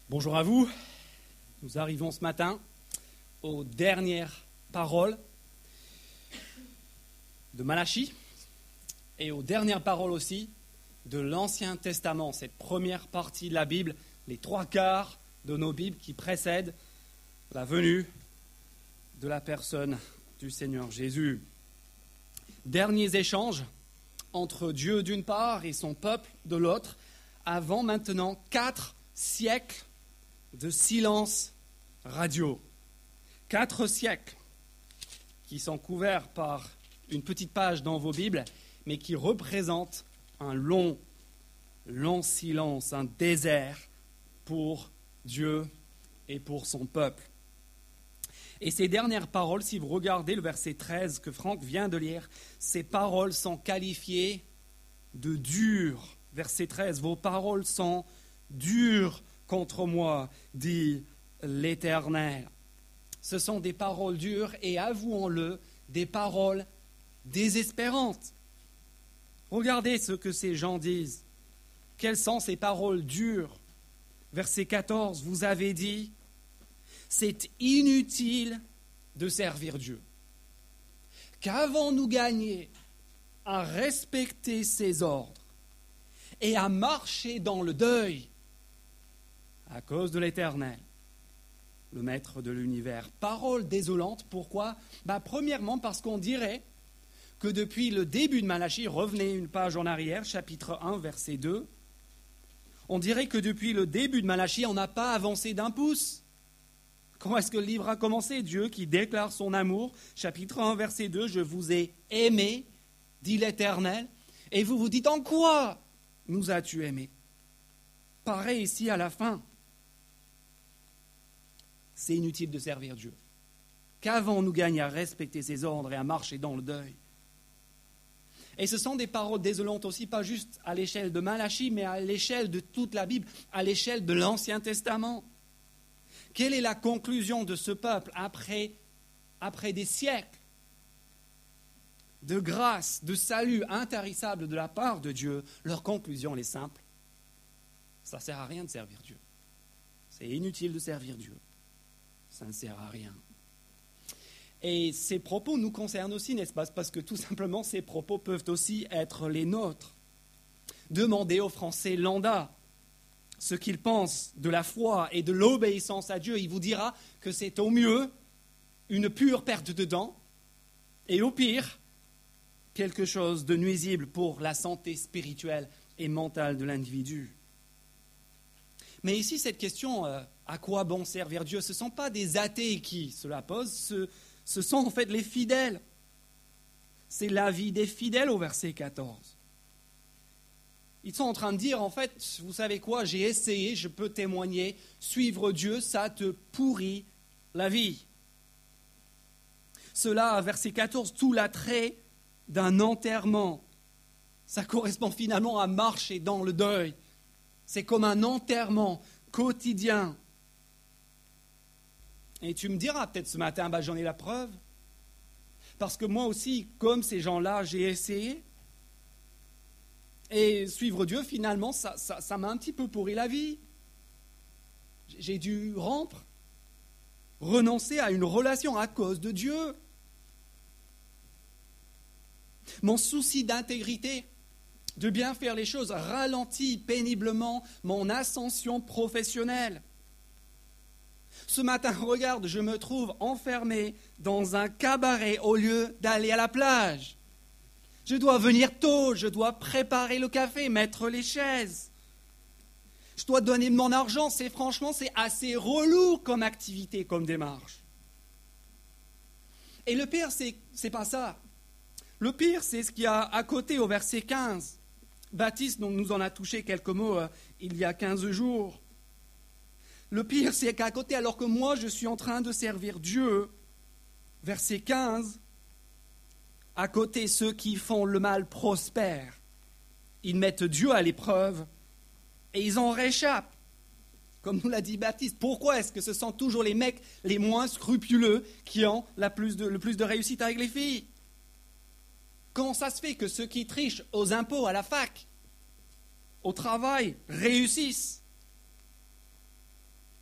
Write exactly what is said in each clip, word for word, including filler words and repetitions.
Bonjour à vous, nous arrivons ce matin aux dernières paroles de Malachie et aux dernières paroles aussi de l'Ancien Testament, cette première partie de la Bible, les trois quarts de nos Bibles qui précèdent la venue de la personne du Seigneur Jésus. Derniers échanges entre Dieu d'une part et son peuple de l'autre, avant maintenant quatre siècles de silence radio. Quatre siècles qui sont couverts par une petite page dans vos Bibles, mais qui représentent un long, long silence, un désert pour Dieu et pour son peuple. Et ces dernières paroles, si vous regardez le verset treize que Franck vient de lire, ces paroles sont qualifiées de dures. Verset treize, vos paroles sont dures contre moi, dit l'Éternel. Ce sont des paroles dures et, avouons-le, des paroles désespérantes. Regardez ce que ces gens disent. Quelles sont ces paroles dures? Verset quatorze, vous avez dit, c'est inutile de servir Dieu. Qu'avons-nous gagné à respecter ses ordres et à marcher dans le deuil à cause de l'Éternel, le Maître de l'univers? Parole désolante, pourquoi? Bah, premièrement, parce qu'on dirait que depuis le début de Malachie, revenez une page en arrière, chapitre un, verset deux, on dirait que depuis le début de Malachie, on n'a pas avancé d'un pouce. Comment est-ce que le livre a commencé? Dieu qui déclare son amour, chapitre un, verset deux, « Je vous ai aimé, dit l'Éternel, et vous vous dites, en quoi nous as-tu aimés ?» Pareil ici à la fin. C'est inutile de servir Dieu. Qu'avons-nous gagné à respecter ses ordres et à marcher dans le deuil? Et ce sont des paroles désolantes aussi, pas juste à l'échelle de Malachie, mais à l'échelle de toute la Bible, à l'échelle de l'Ancien Testament. Quelle est la conclusion de ce peuple après, après des siècles de grâce, de salut intarissable de la part de Dieu? Leur conclusion, elle est simple. Ça ne sert à rien de servir Dieu. C'est inutile de servir Dieu. Ça ne sert à rien. Et ces propos nous concernent aussi, n'est-ce pas? Parce que tout simplement, ces propos peuvent aussi être les nôtres. Demandez aux Français lambda ce qu'il pense de la foi et de l'obéissance à Dieu. Il vous dira que c'est au mieux une pure perte de dents et au pire, quelque chose de nuisible pour la santé spirituelle et mentale de l'individu. Mais ici, cette question, euh, à quoi bon servir Dieu? Ce ne sont pas des athées qui se la posent, ce, ce sont en fait les fidèles. C'est l'avis des fidèles au verset quatorze. Ils sont en train de dire, en fait, vous savez quoi, j'ai essayé, je peux témoigner, suivre Dieu, ça te pourrit la vie. Cela, verset quatorze, tout l'attrait d'un enterrement. Ça correspond finalement à marcher dans le deuil. C'est comme un enterrement quotidien. Et tu me diras peut-être ce matin, bah, j'en ai la preuve. Parce que moi aussi, comme ces gens-là, j'ai essayé. Et suivre Dieu, finalement, ça, ça, ça m'a un petit peu pourri la vie. J'ai dû rompre, renoncer à une relation à cause de Dieu. Mon souci d'intégrité, de bien faire les choses, ralentit péniblement mon ascension professionnelle. Ce matin, regarde, je me trouve enfermé dans un cabaret au lieu d'aller à la plage. Je dois venir tôt, je dois préparer le café, mettre les chaises. Je dois donner mon argent, c'est franchement, c'est assez relou comme activité, comme démarche. Et le pire, c'est, c'est pas ça. Le pire, c'est ce qu'il y a à côté au verset quinze. Baptiste donc, nous en a touché quelques mots euh, il y a quinze jours. Le pire, c'est qu'à côté, alors que moi, je suis en train de servir Dieu, verset quinze, à côté, ceux qui font le mal prospèrent. Ils mettent Dieu à l'épreuve et ils en réchappent. Comme nous l'a dit Baptiste, pourquoi est-ce que ce sont toujours les mecs les moins scrupuleux qui ont la plus de, le plus de réussite avec les filles? Comment ça se fait que ceux qui trichent aux impôts à la fac, au travail, réussissent?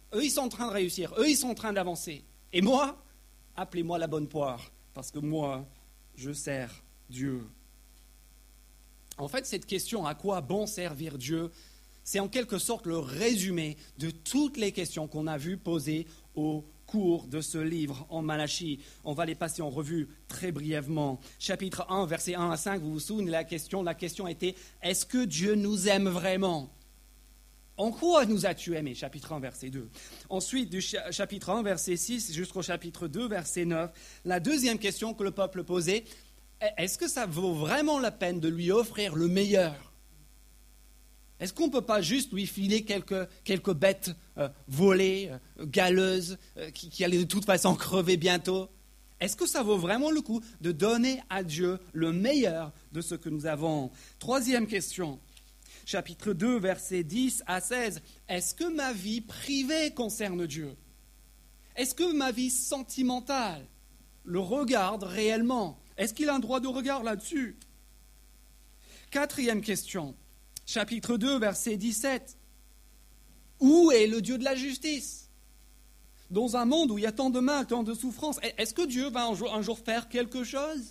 Eux, ils sont en train de réussir. Eux, ils sont en train d'avancer. Et moi, appelez-moi la bonne poire, parce que moi, je sers Dieu. En fait, cette question, à quoi bon servir Dieu, c'est en quelque sorte le résumé de toutes les questions qu'on a vues posées au cours de ce livre en Malachie. On va les passer en revue très brièvement. Chapitre un, versets un à cinq, vous vous souvenez de la question? La question était, est-ce que Dieu nous aime vraiment? En quoi nous as-tu aimés? Chapitre un, verset deux. Ensuite, du chapitre un, verset six jusqu'au chapitre deux, verset neuf, la deuxième question que le peuple posait, est-ce que ça vaut vraiment la peine de lui offrir le meilleur? Est-ce qu'on ne peut pas juste lui filer quelques, quelques bêtes euh, volées, euh, galeuses, euh, qui, qui allaient de toute façon crever bientôt? Est-ce que ça vaut vraiment le coup de donner à Dieu le meilleur de ce que nous avons? Troisième question, chapitre deux, versets dix à seize. Est-ce que ma vie privée concerne Dieu? Est-ce que ma vie sentimentale le regarde réellement? Est-ce qu'il a un droit de regard là-dessus? Quatrième question, chapitre deux, verset dix-sept. Où est le Dieu de la justice? Dans un monde où il y a tant de mal, tant de souffrance, est-ce que Dieu va un jour, un jour faire quelque chose?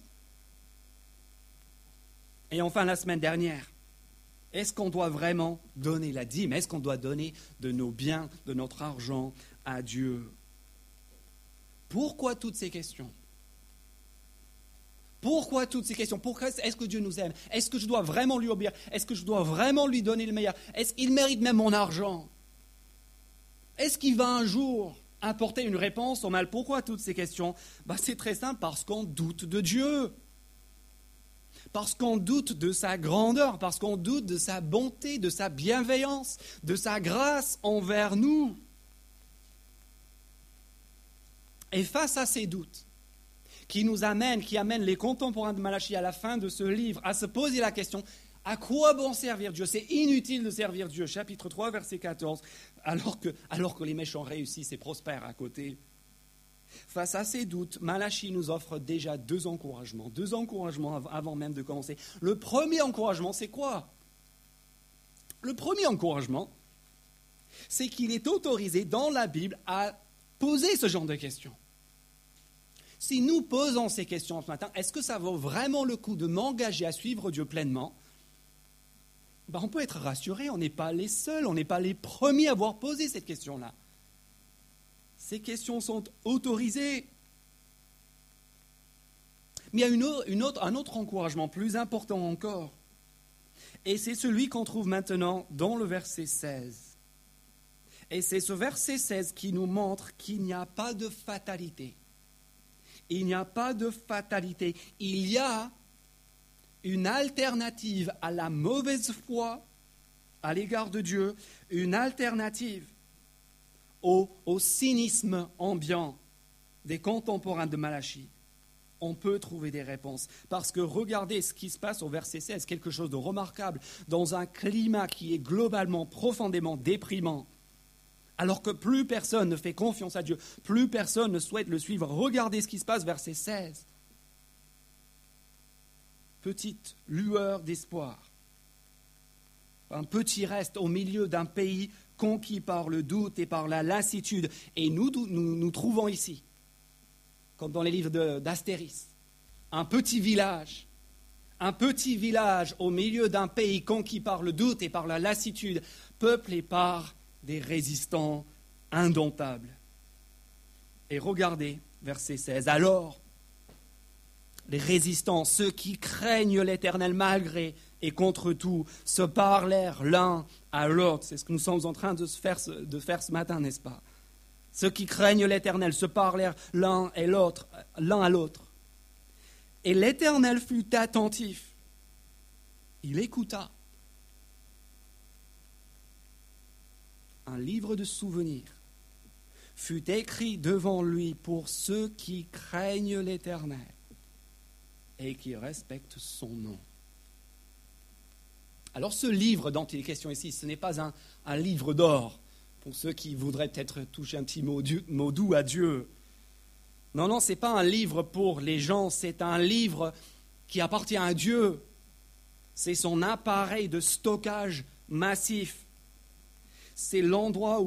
Et enfin, la semaine dernière, est-ce qu'on doit vraiment donner la dîme? Est-ce qu'on doit donner de nos biens, de notre argent à Dieu? Pourquoi toutes ces questions? Pourquoi toutes ces questions? Pourquoi est-ce que Dieu nous aime? Est-ce que je dois vraiment lui obéir? Est-ce que je dois vraiment lui donner le meilleur? Est-ce qu'il mérite même mon argent? Est-ce qu'il va un jour apporter une réponse au mal? Pourquoi toutes ces questions? Ben, c'est très simple, parce qu'on doute de Dieu. Parce qu'on doute de sa grandeur, parce qu'on doute de sa bonté, de sa bienveillance, de sa grâce envers nous. Et face à ces doutes, qui nous amène, qui amène les contemporains de Malachie à la fin de ce livre à se poser la question, à quoi bon servir Dieu? C'est inutile de servir Dieu. Chapitre trois, verset quatorze, alors que, alors que les méchants réussissent et prospèrent à côté. Face à ces doutes, Malachie nous offre déjà deux encouragements, deux encouragements avant même de commencer. Le premier encouragement, c'est quoi? Le premier encouragement, c'est qu'il est autorisé dans la Bible à poser ce genre de questions. Si nous posons ces questions ce matin, est-ce que ça vaut vraiment le coup de m'engager à suivre Dieu pleinement? Ben, on peut être rassuré, on n'est pas les seuls, on n'est pas les premiers à avoir posé cette question-là. Ces questions sont autorisées. Mais il y a une autre, une autre, un autre encouragement plus important encore. Et c'est celui qu'on trouve maintenant dans le verset seize. Et c'est ce verset seize qui nous montre qu'il n'y a pas de fatalité. Il n'y a pas de fatalité. Il y a une alternative à la mauvaise foi à l'égard de Dieu, une alternative au, au cynisme ambiant des contemporains de Malachie. On peut trouver des réponses. Parce que regardez ce qui se passe au verset seize, quelque chose de remarquable, dans un climat qui est globalement, profondément déprimant. Alors que plus personne ne fait confiance à Dieu, plus personne ne souhaite le suivre. Regardez ce qui se passe, verset seize. Petite lueur d'espoir. Un petit reste au milieu d'un pays conquis par le doute et par la lassitude. Et nous nous, nous trouvons ici, comme dans les livres de, d'Astéris, un petit village, un petit village au milieu d'un pays conquis par le doute et par la lassitude, peuplé par des résistants indomptables. Et regardez, verset seize, alors, les résistants, ceux qui craignent l'Éternel malgré et contre tout, se parlèrent l'un à l'autre. C'est ce que nous sommes en train de, se faire, de faire ce matin, n'est-ce pas? Ceux qui craignent l'Éternel se parlèrent l'un et l'autre, l'un à l'autre. Et l'Éternel fut attentif. Il écouta. Un livre de souvenirs fut écrit devant lui pour ceux qui craignent l'Éternel et qui respectent son nom. Alors ce livre dont il est question ici, ce n'est pas un, un livre d'or pour ceux qui voudraient peut-être toucher un petit mot, du, mot doux à Dieu. Non, non, ce n'est pas un livre pour les gens, c'est un livre qui appartient à Dieu. C'est son appareil de stockage massif. C'est l'endroit où il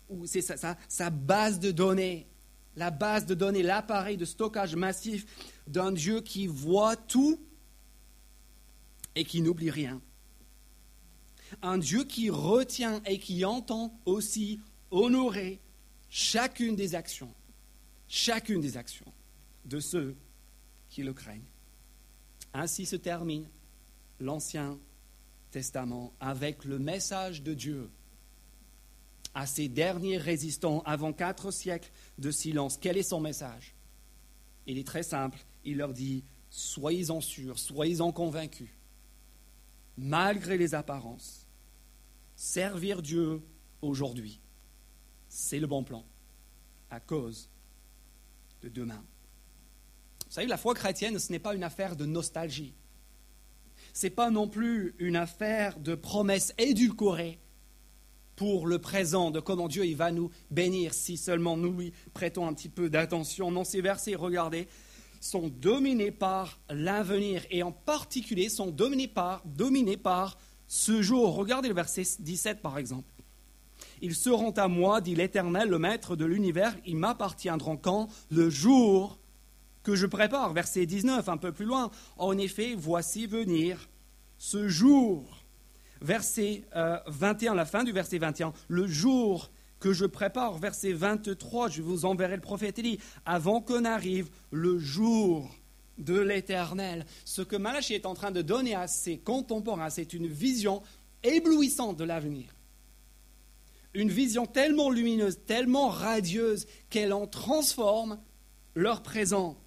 ou c'est sa, sa, sa base de données, la base de données, l'appareil de stockage massif d'un Dieu qui voit tout et qui n'oublie rien. Un Dieu qui retient et qui entend aussi honorer chacune des actions, chacune des actions de ceux qui le craignent. Ainsi se termine l'Ancien Testament avec le message de Dieu à ces derniers résistants avant quatre siècles de silence. Quel est son message? Il est très simple. Il leur dit « Soyez-en sûrs, soyez-en convaincus, malgré les apparences, servir Dieu aujourd'hui, c'est le bon plan, à cause de demain. » Vous savez, la foi chrétienne, ce n'est pas une affaire de nostalgie. Ce n'est pas non plus une affaire de promesses édulcorées pour le présent, de comment Dieu il va nous bénir si seulement nous lui prêtons un petit peu d'attention. Non, ces versets, regardez, sont dominés par l'avenir et en particulier sont dominés par, dominés par ce jour. Regardez le verset dix-sept par exemple. « Ils seront à moi, dit l'Éternel, le Maître de l'univers, ils m'appartiendront quand? Le jour que je prépare. » Verset dix-neuf, un peu plus loin. « En effet, voici venir ce jour. » Verset euh, vingt et un, la fin du verset vingt et un. « Le jour que je prépare. » Verset vingt-trois, je vous enverrai le prophète Élie. « Avant qu'on arrive, le jour de l'Éternel. » Ce que Malachie est en train de donner à ses contemporains, c'est une vision éblouissante de l'avenir. Une vision tellement lumineuse, tellement radieuse, qu'elle en transforme leur présent.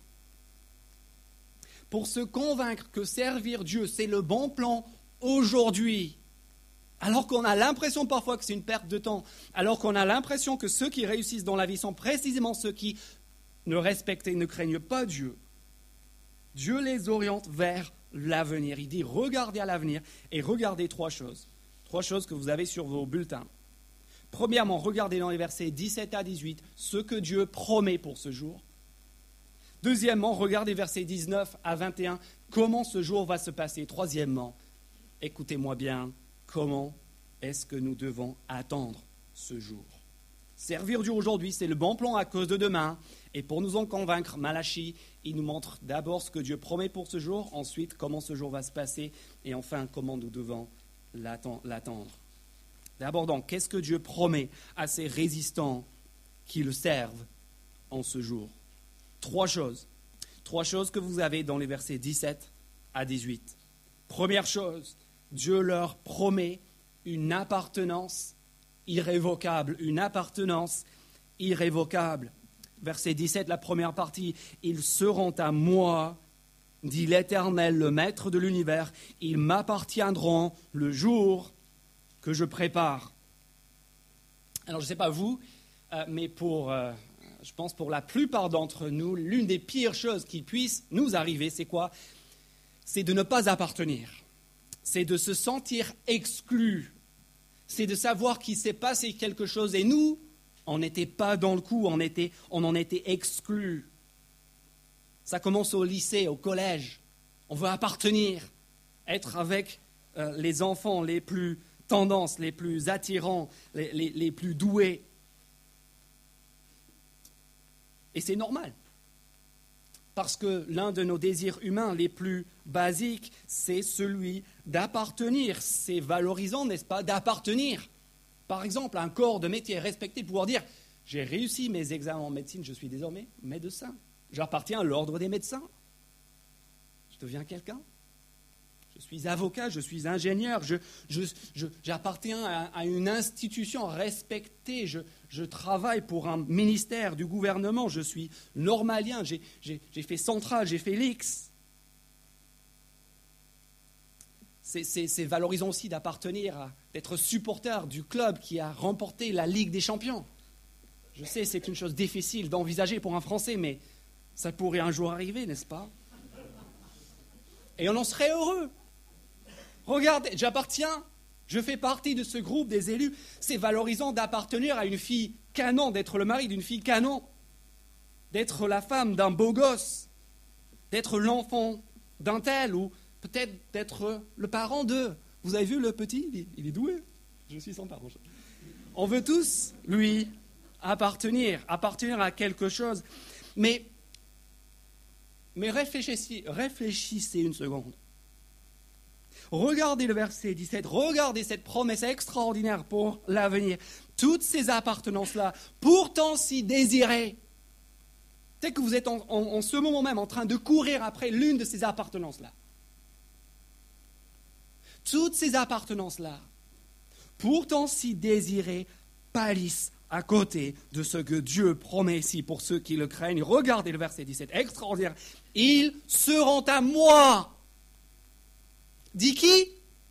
Pour se convaincre que servir Dieu, c'est le bon plan aujourd'hui, alors qu'on a l'impression parfois que c'est une perte de temps, alors qu'on a l'impression que ceux qui réussissent dans la vie sont précisément ceux qui ne respectent et ne craignent pas Dieu. Dieu les oriente vers l'avenir. Il dit, regardez à l'avenir et regardez trois choses. Trois choses que vous avez sur vos bulletins. Premièrement, regardez dans les versets dix-sept à dix-huit ce que Dieu promet pour ce jour. Deuxièmement, regardez versets dix-neuf à vingt et un, comment ce jour va se passer. Troisièmement, écoutez-moi bien, comment est-ce que nous devons attendre ce jour? Servir Dieu aujourd'hui, c'est le bon plan à cause de demain. Et pour nous en convaincre, Malachie, il nous montre d'abord ce que Dieu promet pour ce jour, ensuite comment ce jour va se passer, et enfin comment nous devons l'attendre. D'abord donc, qu'est-ce que Dieu promet à ses résistants qui le servent en ce jour? Trois choses. Trois choses que vous avez dans les versets dix-sept à dix-huit. Première chose, Dieu leur promet une appartenance irrévocable, une appartenance irrévocable. Verset dix-sept, la première partie, « Ils seront à moi, dit l'Éternel, le Maître de l'univers, ils m'appartiendront le jour que je prépare. » Alors, je ne sais pas vous, euh, mais pour, euh, je pense pour la plupart d'entre nous, l'une des pires choses qui puissent nous arriver, c'est quoi? C'est de ne pas appartenir. C'est de se sentir exclu. C'est de savoir qu'il s'est passé quelque chose et nous, on n'était pas dans le coup, on, était, on en était exclus. Ça commence au lycée, au collège. On veut appartenir, être avec euh, les enfants les plus tendances, les plus attirants, les, les, les plus doués. Et c'est normal. Parce que l'un de nos désirs humains les plus basiques, c'est celui d'appartenir. C'est valorisant, n'est-ce pas, d'appartenir. Par exemple, un corps de métier respecté, pouvoir dire « J'ai réussi mes examens en médecine, je suis désormais médecin. J'appartiens à l'ordre des médecins. Je deviens quelqu'un. Je suis avocat, je suis ingénieur, je, je, je, j'appartiens à, à une institution respectée, je, je travaille pour un ministère du gouvernement, je suis normalien, j'ai, j'ai, j'ai fait Centrale, j'ai fait l'X. » C'est, c'est, c'est valorisant aussi d'appartenir, à, d'être supporter du club qui a remporté la Ligue des Champions. Je sais, c'est une chose difficile d'envisager pour un Français, mais ça pourrait un jour arriver, n'est-ce pas? Et on en serait heureux. Regardez, j'appartiens, je fais partie de ce groupe des élus. C'est valorisant d'appartenir à une fille canon, d'être le mari d'une fille canon, d'être la femme d'un beau gosse, d'être l'enfant d'un tel, ou peut-être d'être le parent d'eux. Vous avez vu le petit? Il est doué. Je suis sans parent. On veut tous lui appartenir, appartenir à quelque chose. Mais, mais réfléchissez, réfléchissez une seconde. Regardez le verset dix-sept, regardez cette promesse extraordinaire pour l'avenir. Toutes ces appartenances-là, pourtant si désirées. Peut-être que vous êtes en, en, en ce moment même en train de courir après l'une de ces appartenances-là. Toutes ces appartenances-là, pourtant si désirées, pâlissent à côté de ce que Dieu promet ici pour ceux qui le craignent. Regardez le verset dix-sept, extraordinaire. Ils seront à moi. Dit qui?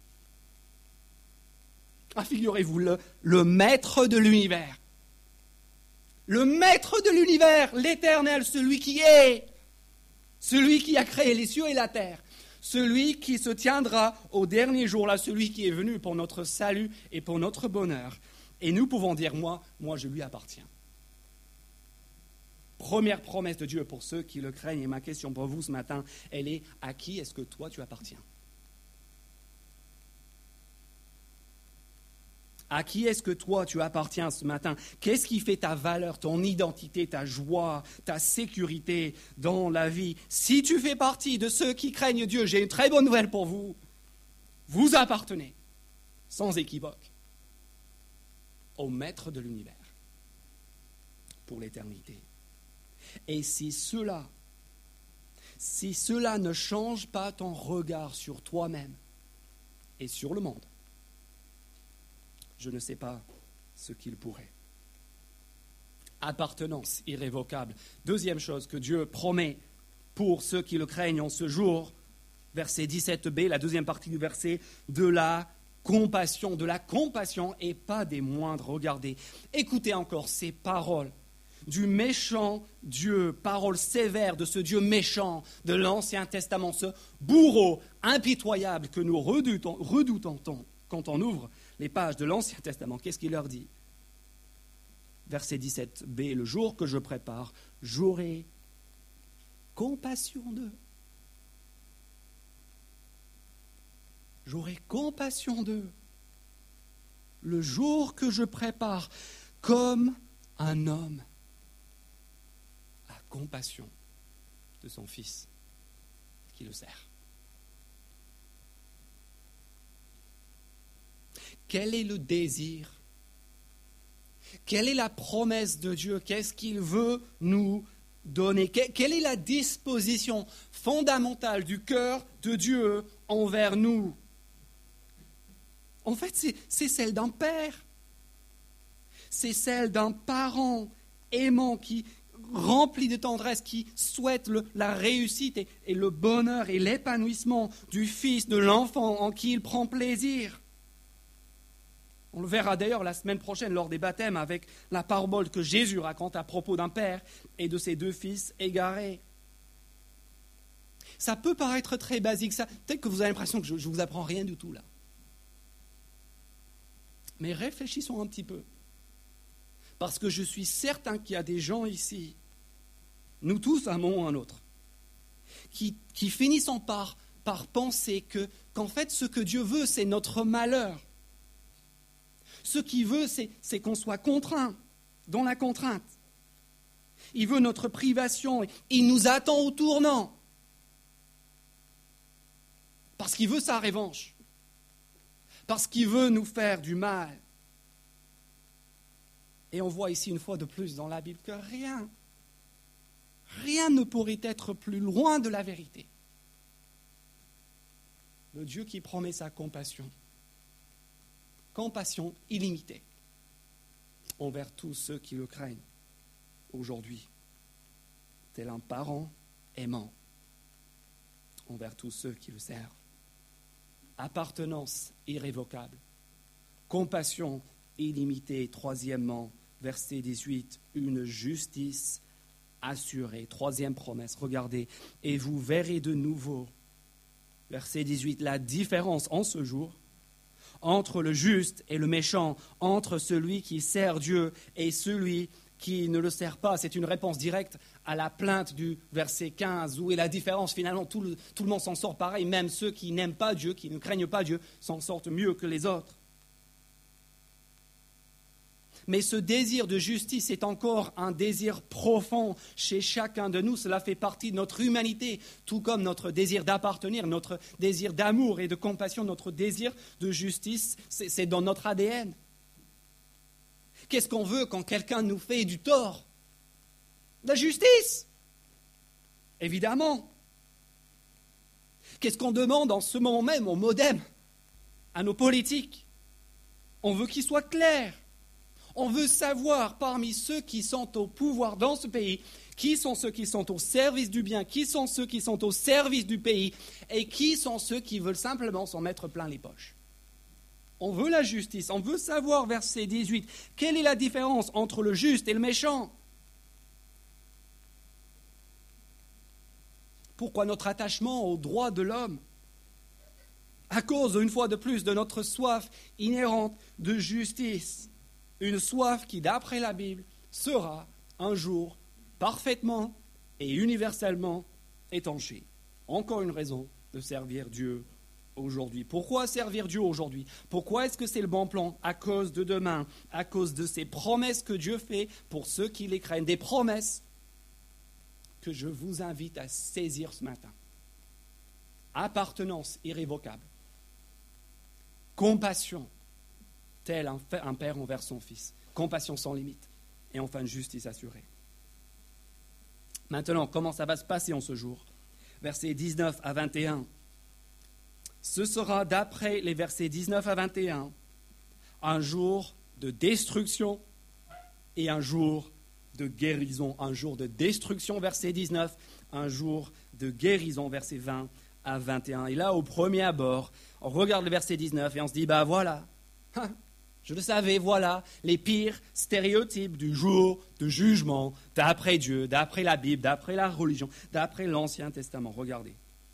Ah, figurez-vous, le, le maître de l'univers. Le maître de l'univers, l'Éternel, celui qui est, celui qui a créé les cieux et la terre, celui qui se tiendra au dernier jour, là, celui qui est venu pour notre salut et pour notre bonheur. Et nous pouvons dire, moi, moi, je lui appartiens. Première promesse de Dieu pour ceux qui le craignent. Et ma question pour vous ce matin, elle est, à qui est-ce que toi tu appartiens? À qui est-ce que toi tu appartiens ce matin? Qu'est-ce qui fait ta valeur, ton identité, ta joie, ta sécurité dans la vie? Si tu fais partie de ceux qui craignent Dieu, j'ai une très bonne nouvelle pour vous. Vous appartenez, sans équivoque, au Maître de l'univers pour l'éternité. Et si cela, si cela ne change pas ton regard sur toi-même et sur le monde, je ne sais pas ce qu'il pourrait. Appartenance irrévocable. Deuxième chose que Dieu promet pour ceux qui le craignent en ce jour, verset dix-sept b, la deuxième partie du verset, de la compassion, de la compassion et pas des moindres. Regardez, écoutez encore ces paroles du méchant Dieu, paroles sévères de ce Dieu méchant de l'Ancien Testament, ce bourreau impitoyable que nous redoutons, redoutons quand on ouvre les pages de l'Ancien Testament. Qu'est-ce qu'il leur dit? Verset dix-sept b, le jour que je prépare, j'aurai compassion d'eux. J'aurai compassion d'eux. Le jour que je prépare, comme un homme a compassion de son fils qui le sert. Quel est le désir? Quelle est la promesse de Dieu? Qu'est-ce qu'il veut nous donner? Quelle est la disposition fondamentale du cœur de Dieu envers nous? En fait, c'est, c'est celle d'un père. C'est celle d'un parent aimant qui, rempli de tendresse, qui souhaite le, la réussite et, et le bonheur et l'épanouissement du fils, de l'enfant en qui il prend plaisir. On le verra d'ailleurs la semaine prochaine lors des baptêmes avec la parabole que Jésus raconte à propos d'un père et de ses deux fils égarés. Ça peut paraître très basique, ça. Peut-être que vous avez l'impression que je ne vous apprends rien du tout là. Mais réfléchissons un petit peu. Parce que je suis certain qu'il y a des gens ici, nous tous à un moment ou à un autre, qui, qui finissent par, par penser que, qu'en fait ce que Dieu veut c'est notre malheur. Ce qu'il veut, c'est, c'est qu'on soit contraint, dans la contrainte. Il veut notre privation. Il nous attend au tournant. Parce qu'il veut sa revanche. Parce qu'il veut nous faire du mal. Et on voit ici une fois de plus dans la Bible que rien, rien ne pourrait être plus loin de la vérité. Le Dieu qui promet sa compassion. Compassion illimitée envers tous ceux qui le craignent aujourd'hui, tel un parent aimant envers tous ceux qui le servent. Appartenance irrévocable, compassion illimitée. Troisièmement, verset dix-huit, une justice assurée. Troisième promesse, regardez, et vous verrez de nouveau, verset dix-huit, la différence en ce jour entre le juste et le méchant, entre celui qui sert Dieu et celui qui ne le sert pas. C'est une réponse directe à la plainte du verset quinze. Où est la différence? Finalement, tout le, tout le monde s'en sort pareil. Même ceux qui n'aiment pas Dieu, qui ne craignent pas Dieu, s'en sortent mieux que les autres. Mais ce désir de justice est encore un désir profond chez chacun de nous. Cela fait partie de notre humanité, tout comme notre désir d'appartenir, notre désir d'amour et de compassion, notre désir de justice, c'est, c'est dans notre A D N. Qu'est-ce qu'on veut quand quelqu'un nous fait du tort? La justice, évidemment. Qu'est-ce qu'on demande en ce moment même au MoDem, à nos politiques? On veut qu'ils soient clairs. On veut savoir parmi ceux qui sont au pouvoir dans ce pays, qui sont ceux qui sont au service du bien, qui sont ceux qui sont au service du pays, et qui sont ceux qui veulent simplement s'en mettre plein les poches. On veut la justice, on veut savoir, verset dix-huit, quelle est la différence entre le juste et le méchant? Pourquoi notre attachement aux droits de l'homme? À cause, une fois de plus, de notre soif inhérente de justice. Une soif qui, d'après la Bible, sera un jour parfaitement et universellement étanchée. Encore une raison de servir Dieu aujourd'hui. Pourquoi servir Dieu aujourd'hui? Pourquoi est-ce que c'est le bon plan? À cause de demain, à cause de ces promesses que Dieu fait pour ceux qui les craignent. Des promesses que je vous invite à saisir ce matin. Appartenance irrévocable. Compassion, tel un, un père envers son fils. Compassion sans limite. Et enfin, justice assurée. Maintenant, comment ça va se passer en ce jour? Versets dix-neuf à vingt et un. Ce sera, d'après les versets dix-neuf à vingt et un, un jour de destruction et un jour de guérison. Un jour de destruction, verset dix-neuf, un jour de guérison, versets vingt à vingt et un. Et là, au premier abord, on regarde le verset dix-neuf et on se dit, bah voilà, je le savais, voilà les pires stéréotypes du jour de jugement d'après Dieu, d'après la Bible, d'après la religion, d'après l'Ancien Testament. Regardez.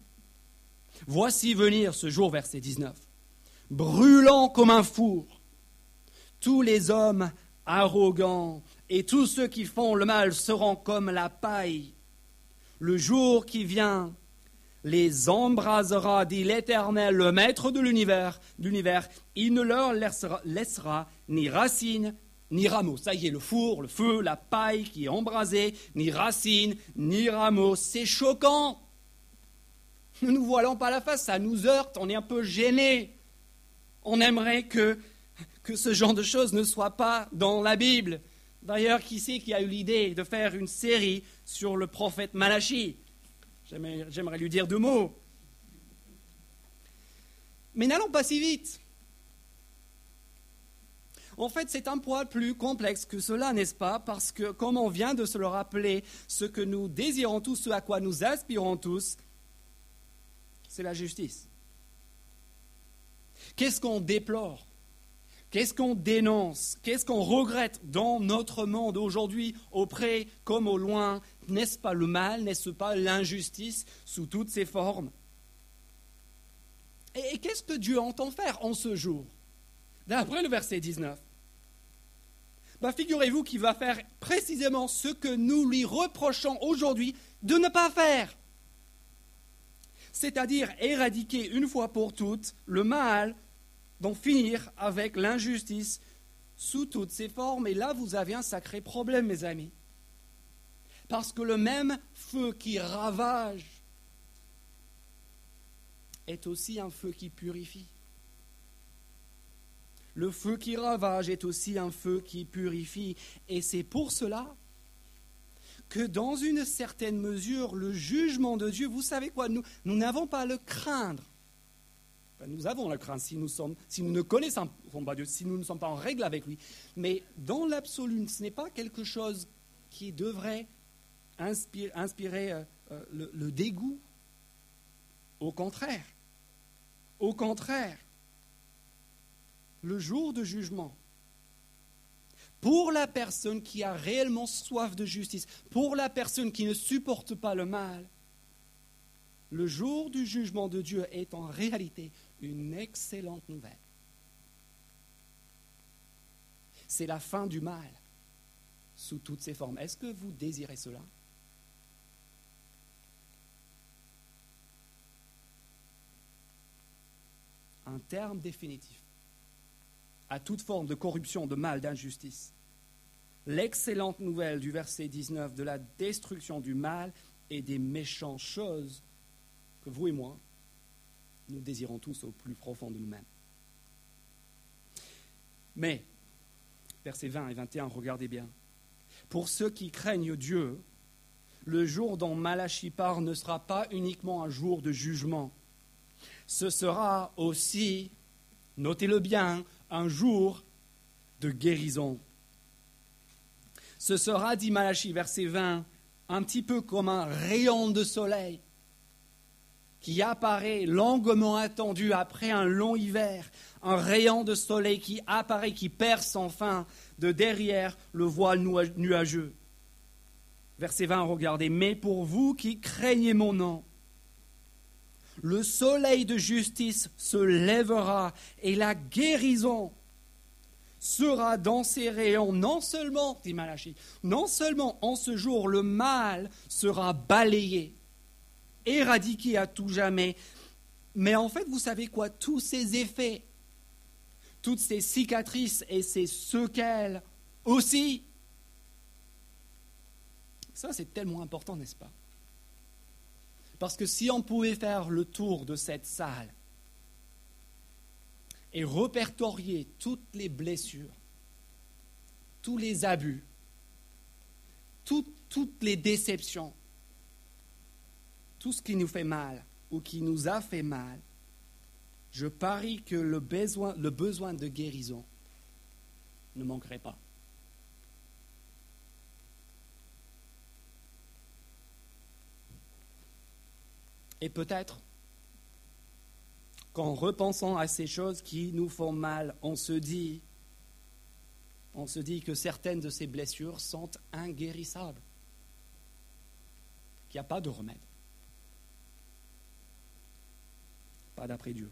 Voici venir ce jour, verset dix-neuf, brûlant comme un four, tous les hommes arrogants et tous ceux qui font le mal seront comme la paille. Le jour qui vient les embrasera, dit l'Éternel, le Maître de l'univers, l'univers. Il ne leur laissera, laissera ni racine, ni rameaux. Ça y est, le four, le feu, la paille qui est embrasée, ni racine, ni rameaux. C'est choquant. Nous ne nous voilons pas la face, ça nous heurte, on est un peu gênés. On aimerait que, que ce genre de choses ne soit pas dans la Bible. D'ailleurs, qui c'est qui a eu l'idée de faire une série sur le prophète Malachi? J'aimerais, j'aimerais lui dire deux mots. Mais n'allons pas si vite. En fait, c'est un poil plus complexe que cela, n'est-ce pas? Parce que, comme on vient de se le rappeler, ce que nous désirons tous, ce à quoi nous aspirons tous, c'est la justice. Qu'est-ce qu'on déplore? Qu'est-ce qu'on dénonce? Qu'est-ce qu'on regrette dans notre monde aujourd'hui, auprès comme au loin? N'est-ce pas le mal? N'est-ce pas l'injustice sous toutes ses formes? Et, et qu'est-ce que Dieu entend faire en ce jour? D'après le verset dix-neuf, ben figurez-vous qu'il va faire précisément ce que nous lui reprochons aujourd'hui de ne pas faire. C'est-à-dire éradiquer une fois pour toutes le mal, d'en finir avec l'injustice sous toutes ses formes. Et là, vous avez un sacré problème, mes amis. Parce que le même feu qui ravage est aussi un feu qui purifie. Le feu qui ravage est aussi un feu qui purifie. Et c'est pour cela que dans une certaine mesure, le jugement de Dieu, vous savez quoi, nous, nous n'avons pas à le craindre. Enfin, nous avons la crainte si nous, sommes, si nous ne connaissons pas Dieu, si nous ne sommes pas en règle avec lui. Mais dans l'absolu, ce n'est pas quelque chose qui devrait inspirer, inspirer euh, euh, le, le dégoût. Au contraire. Au contraire. Le jour de jugement, pour la personne qui a réellement soif de justice, pour la personne qui ne supporte pas le mal, le jour du jugement de Dieu est en réalité une excellente nouvelle. C'est la fin du mal sous toutes ses formes. Est-ce que vous désirez cela? Un terme définitif à toute forme de corruption, de mal, d'injustice. l'excellente nouvelle du verset dix-neuf de la destruction du mal et des méchantes choses que vous et moi, nous désirons tous au plus profond de nous-mêmes. Mais, versets vingt et vingt et un, regardez bien. Pour ceux qui craignent Dieu, le jour dont Malachie part ne sera pas uniquement un jour de jugement. Ce sera aussi, notez-le bien, un jour de guérison. Ce sera, dit Malachie, verset vingt, un petit peu comme un rayon de soleil qui apparaît longuement attendu après un long hiver, un rayon de soleil qui apparaît, qui perce enfin de derrière le voile nuageux. Verset vingt, regardez, mais pour vous qui craignez mon nom, le soleil de justice se lèvera et la guérison sera dans ses rayons. Non seulement, dit Malachie, non seulement en ce jour le mal sera balayé, éradiqué à tout jamais, mais en fait, vous savez quoi, tous ces effets, toutes ces cicatrices et ces séquelles aussi, ça c'est tellement important, n'est-ce pas? Parce que si on pouvait faire le tour de cette salle et répertorier toutes les blessures, tous les abus, tout, toutes les déceptions, tout ce qui nous fait mal ou qui nous a fait mal, je parie que le besoin, le besoin de guérison ne manquerait pas. Et peut-être qu'en repensant à ces choses qui nous font mal, on se dit, on se dit que certaines de ces blessures sont inguérissables, qu'il n'y a pas de remède. Pas d'après Dieu.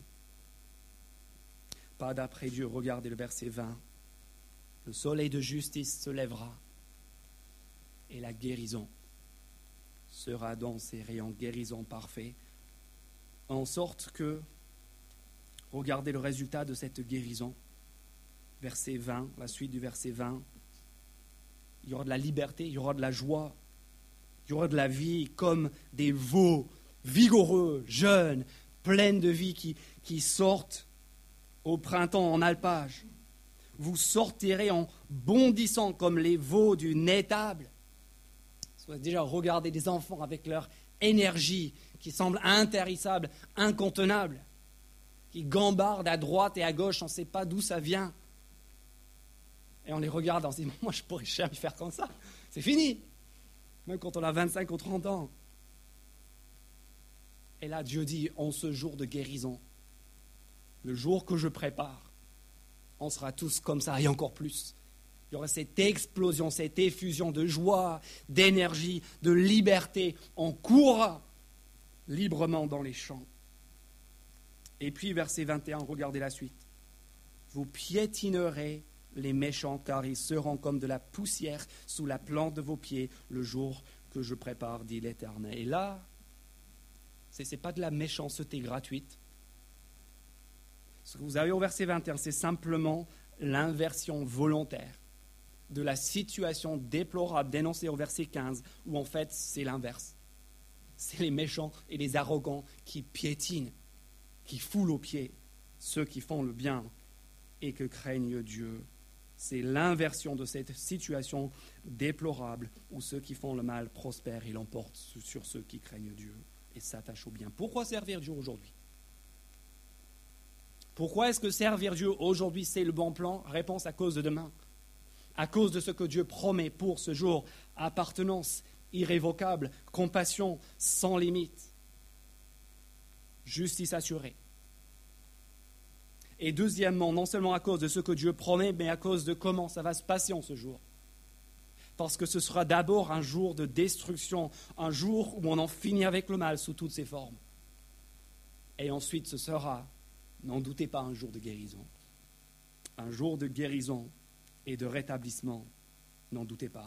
Pas d'après Dieu. Regardez le verset vingt. Le soleil de justice se lèvera et la guérison sera dans ses rayons, guérison parfaite, en sorte que, regardez le résultat de cette guérison, verset vingt, la suite du verset vingt, il y aura de la liberté, il y aura de la joie, il y aura de la vie comme des veaux vigoureux, jeunes, pleins de vie qui, qui sortent au printemps en alpage. Vous sortirez en bondissant comme les veaux d'une étable. Vous avez déjà regardé des enfants avec leur énergie qui semble intarissable, incontenable, qui gambardent à droite et à gauche, on ne sait pas d'où ça vient. Et on les regarde, on se dit, moi je pourrais jamais faire comme ça. C'est fini. Même quand on a vingt-cinq ou trente ans. Et là, Dieu dit, en ce jour de guérison, le jour que je prépare, on sera tous comme ça et encore plus. Il y aura cette explosion, cette effusion de joie, d'énergie, de liberté. On courra librement dans les champs. Et puis, verset vingt et un, regardez la suite. Vous piétinerez les méchants, car ils seront comme de la poussière sous la plante de vos pieds le jour que je prépare, dit l'Éternel. Et là, ce n'est pas de la méchanceté gratuite. Ce que vous avez au verset vingt et un, c'est simplement l'inversion volontaire de la situation déplorable dénoncée au verset quinze, où en fait c'est l'inverse. C'est les méchants et les arrogants qui piétinent, qui foulent aux pieds ceux qui font le bien et que craignent Dieu. C'est l'inversion de cette situation déplorable où ceux qui font le mal prospèrent et l'emportent sur ceux qui craignent Dieu et s'attachent au bien. Pourquoi servir Dieu aujourd'hui? Pourquoi est-ce que servir Dieu aujourd'hui, c'est le bon plan? Réponse, à cause de demain. À cause de ce que Dieu promet pour ce jour. Appartenance irrévocable, compassion sans limite, justice assurée. Et deuxièmement, non seulement à cause de ce que Dieu promet, mais à cause de comment ça va se passer en ce jour. Parce que ce sera d'abord un jour de destruction, un jour où on en finit avec le mal sous toutes ses formes. Et ensuite, ce sera, n'en doutez pas, un jour de guérison. Un jour de guérison et de rétablissement, n'en doutez pas.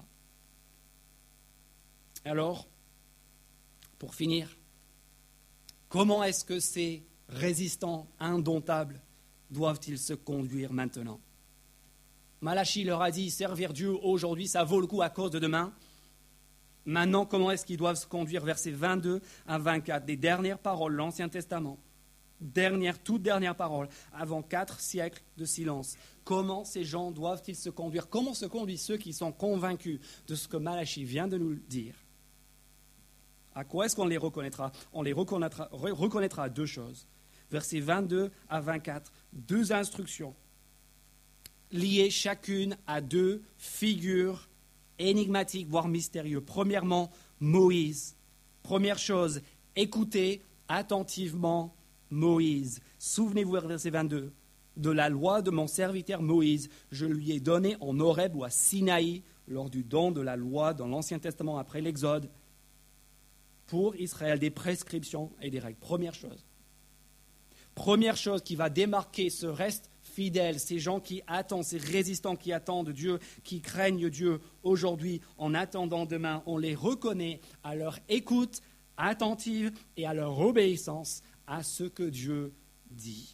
Alors, pour finir, comment est-ce que ces résistants indomptables doivent-ils se conduire maintenant? Malachie leur a dit, servir Dieu aujourd'hui, ça vaut le coup à cause de demain. Maintenant, comment est-ce qu'ils doivent se conduire? Versets vingt-deux à vingt-quatre, des dernières paroles de l'Ancien Testament. Dernière, toute dernière parole, avant quatre siècles de silence. Comment ces gens doivent-ils se conduire? Comment se conduisent ceux qui sont convaincus de ce que Malachie vient de nous dire? À quoi est-ce qu'on les reconnaîtra? On les reconnaîtra, reconnaîtra à deux choses. Versets vingt-deux à vingt-quatre, deux instructions liées chacune à deux figures énigmatiques, voire mystérieuses. Premièrement, Moïse. Première chose, écoutez attentivement Moïse. Souvenez-vous, verset vingt-deux, de la loi de mon serviteur Moïse. Je lui ai donné en Horeb ou à Sinaï, lors du don de la loi dans l'Ancien Testament après l'Exode, pour Israël, des prescriptions et des règles. Première chose. Première chose qui va démarquer ce reste fidèle, ces gens qui attendent, ces résistants qui attendent Dieu, qui craignent Dieu aujourd'hui en attendant demain, on les reconnaît à leur écoute attentive et à leur obéissance à ce que Dieu dit.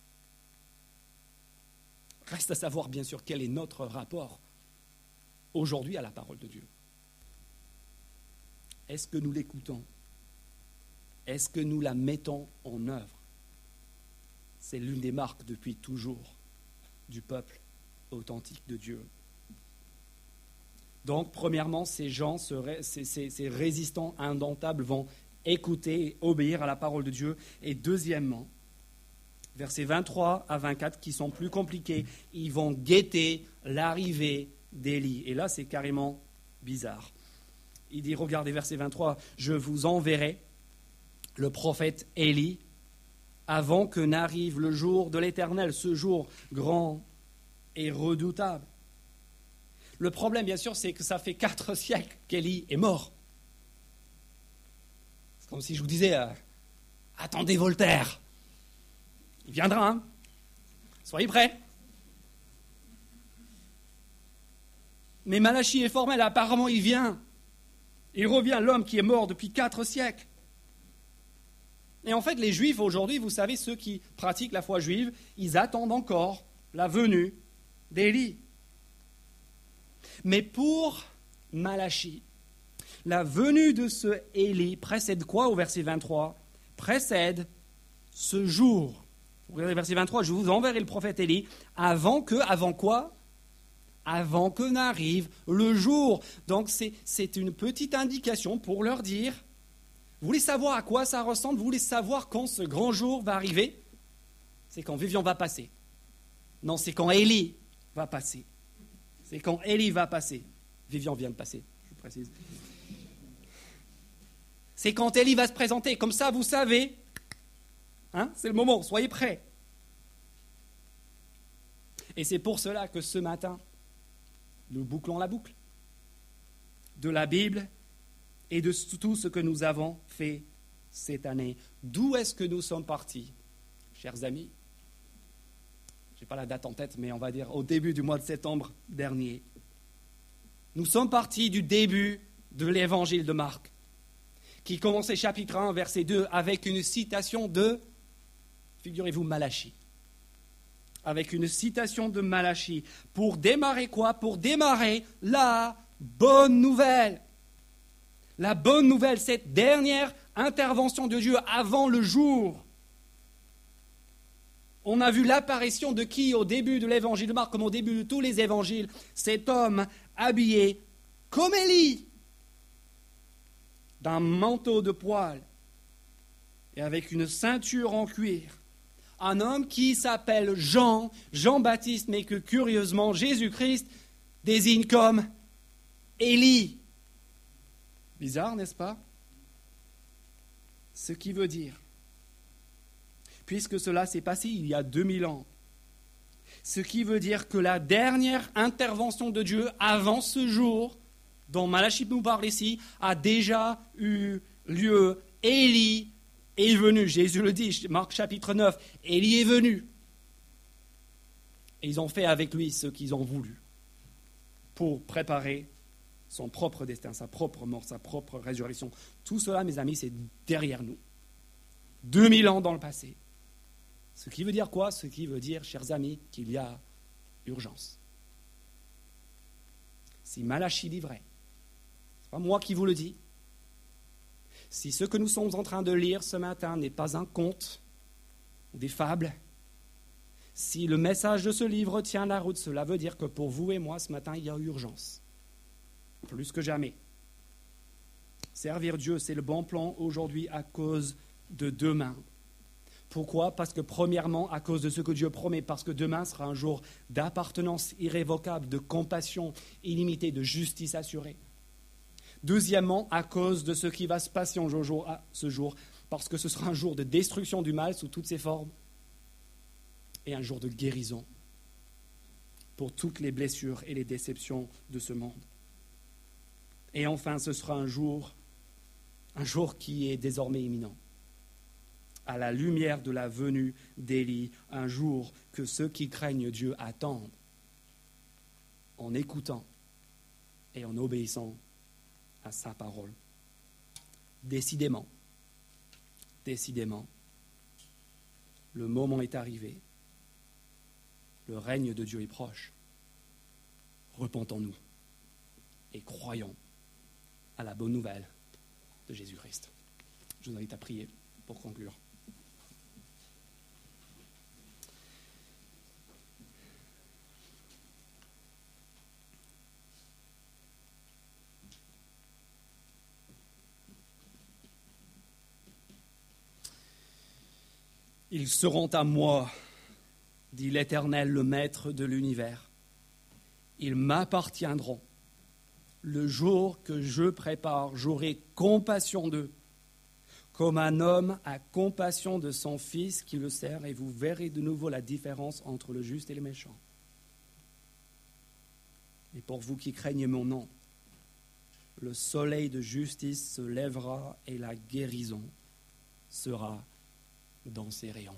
Reste à savoir, bien sûr, quel est notre rapport aujourd'hui à la parole de Dieu. Est-ce que nous l'écoutons? Est-ce que nous la mettons en œuvre? C'est l'une des marques depuis toujours du peuple authentique de Dieu. Donc, premièrement, ces gens, ces, ces, ces résistants indomptables vont écouter et obéir à la parole de Dieu. Et deuxièmement, versets vingt-trois à vingt-quatre, qui sont plus compliqués, ils vont guetter l'arrivée d'Élie. Et là, c'est carrément bizarre. Il dit, regardez verset vingt-trois, « Je vous enverrai le prophète Élie avant que n'arrive le jour de l'Éternel, ce jour grand et redoutable. » Le problème, bien sûr, c'est que ça fait quatre siècles qu'Élie est mort. C'est comme si je vous disais, euh, attendez Voltaire. Il viendra, hein. Soyez prêts. Mais Malachie est formel, apparemment il vient. Il revient, l'homme qui est mort depuis quatre siècles. Et en fait, les Juifs aujourd'hui, vous savez, ceux qui pratiquent la foi juive, ils attendent encore la venue d'Élie. Mais pour Malachie, la venue de ce Élie précède quoi au verset vingt-trois? Précède ce jour. Regardez verset vingt-trois, je vous enverrai le prophète Élie avant que, avant quoi? Avant que n'arrive le jour. Donc c'est, c'est une petite indication pour leur dire, vous voulez savoir à quoi ça ressemble? Vous voulez savoir quand ce grand jour va arriver? C'est quand Vivian va passer. Non, c'est quand Élie va passer. C'est quand Élie va passer. Vivian vient de passer, je vous précise. C'est quand Élie va se présenter. Comme ça, vous savez, hein, c'est le moment, soyez prêts. Et c'est pour cela que ce matin, nous bouclons la boucle de la Bible et de tout ce que nous avons fait cette année. D'où est-ce que nous sommes partis, chers amis? Je n'ai pas la date en tête, mais on va dire au début du mois de septembre dernier. Nous sommes partis du début de l'évangile de Marc, qui commençait chapitre un, verset deux, avec une citation de, figurez-vous, Malachie. Avec une citation de Malachie. Pour démarrer quoi? Pour démarrer la bonne nouvelle. La bonne nouvelle, cette dernière intervention de Dieu avant le jour. On a vu l'apparition de qui au début de l'évangile de Marc, comme au début de tous les évangiles? Cet homme habillé comme Élie, d'un manteau de poil et avec une ceinture en cuir. Un homme qui s'appelle Jean, Jean-Baptiste, mais que curieusement Jésus-Christ désigne comme Élie. Bizarre, n'est-ce pas? Ce qui veut dire, puisque cela s'est passé il y a deux mille ans, ce qui veut dire que la dernière intervention de Dieu avant ce jour, dont Malachie nous parle ici, a déjà eu lieu. Élie est venu, Jésus le dit, Marc chapitre neuf, Élie est venu. Et ils ont fait avec lui ce qu'ils ont voulu pour préparer son propre destin, sa propre mort, sa propre résurrection. Tout cela, mes amis, c'est derrière nous. deux mille ans dans le passé. Ce qui veut dire quoi? Ce qui veut dire, chers amis, qu'il y a urgence. si Malachie dit vrai, ce n'est pas moi qui vous le dis, si ce que nous sommes en train de lire ce matin n'est pas un conte ou des fables, si le message de ce livre tient la route, cela veut dire que pour vous et moi, ce matin, il y a urgence, plus que jamais. Servir Dieu, c'est le bon plan aujourd'hui à cause de demain. Pourquoi ? Parce que premièrement, à cause de ce que Dieu promet, parce que demain sera un jour d'appartenance irrévocable, de compassion illimitée, de justice assurée. Deuxièmement, à cause de ce qui va se passer en jour, à ce jour, parce que ce sera un jour de destruction du mal sous toutes ses formes et un jour de guérison pour toutes les blessures et les déceptions de ce monde. Et enfin, ce sera un jour, un jour qui est désormais imminent. À la lumière de la venue d'Élie, un jour que ceux qui craignent Dieu attendent, en écoutant et en obéissant à sa parole. Décidément, décidément, le moment est arrivé. Le règne de Dieu est proche. Repentons-nous et croyons à la bonne nouvelle de Jésus-Christ. Je vous invite à prier pour conclure. Ils seront à moi, dit l'Éternel, le Maître de l'univers. Ils m'appartiendront. Le jour que je prépare, j'aurai compassion d'eux, comme un homme a compassion de son fils qui le sert, et vous verrez de nouveau la différence entre le juste et le méchant. Et pour vous qui craignez mon nom, le soleil de justice se lèvera et la guérison sera dans ses rayons.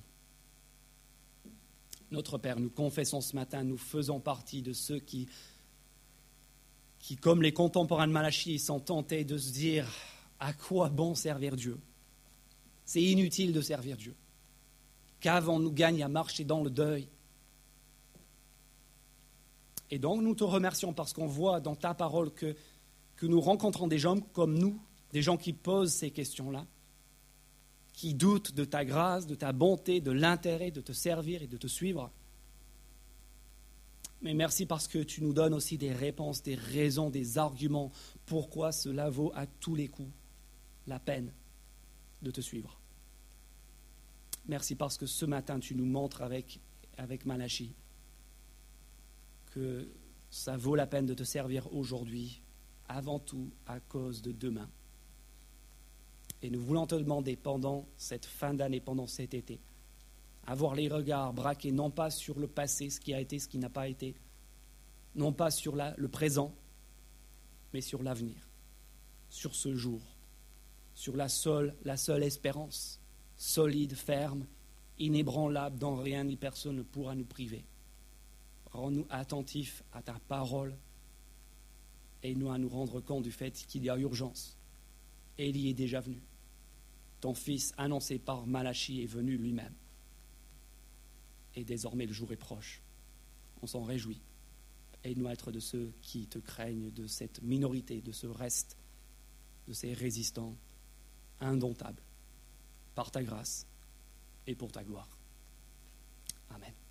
Notre Père, nous confessons ce matin, nous faisons partie de ceux qui, qui comme les contemporains de Malachie, sont tentés de se dire à quoi bon servir Dieu ? C'est inutile de servir Dieu. Qu'avons-nous gagné à marcher dans le deuil ? Et donc nous te remercions parce qu'on voit dans ta parole que, que nous rencontrons des gens comme nous, des gens qui posent ces questions-là, qui doutent de ta grâce, de ta bonté, de l'intérêt de te servir et de te suivre. Mais merci parce que tu nous donnes aussi des réponses, des raisons, des arguments pourquoi cela vaut à tous les coups la peine de te suivre. Merci parce que ce matin tu nous montres avec, avec Malachie que ça vaut la peine de te servir aujourd'hui, avant tout à cause de demain. Et nous voulons te demander pendant cette fin d'année, pendant cet été, avoir les regards braqués non pas sur le passé, ce qui a été, ce qui n'a pas été, non pas sur la, le présent, mais sur l'avenir, sur ce jour, sur la seule, la seule espérance, solide, ferme, inébranlable, dont rien ni personne ne pourra nous priver. Rends-nous attentifs à ta parole et nous à nous rendre compte du fait qu'il y a urgence. Élie est déjà venu. Ton fils, annoncé par Malachie, est venu lui-même. Et désormais, le jour est proche. On s'en réjouit. Aide-nous à être de ceux qui te craignent, de cette minorité, de ce reste, de ces résistants indomptables, par ta grâce et pour ta gloire. Amen.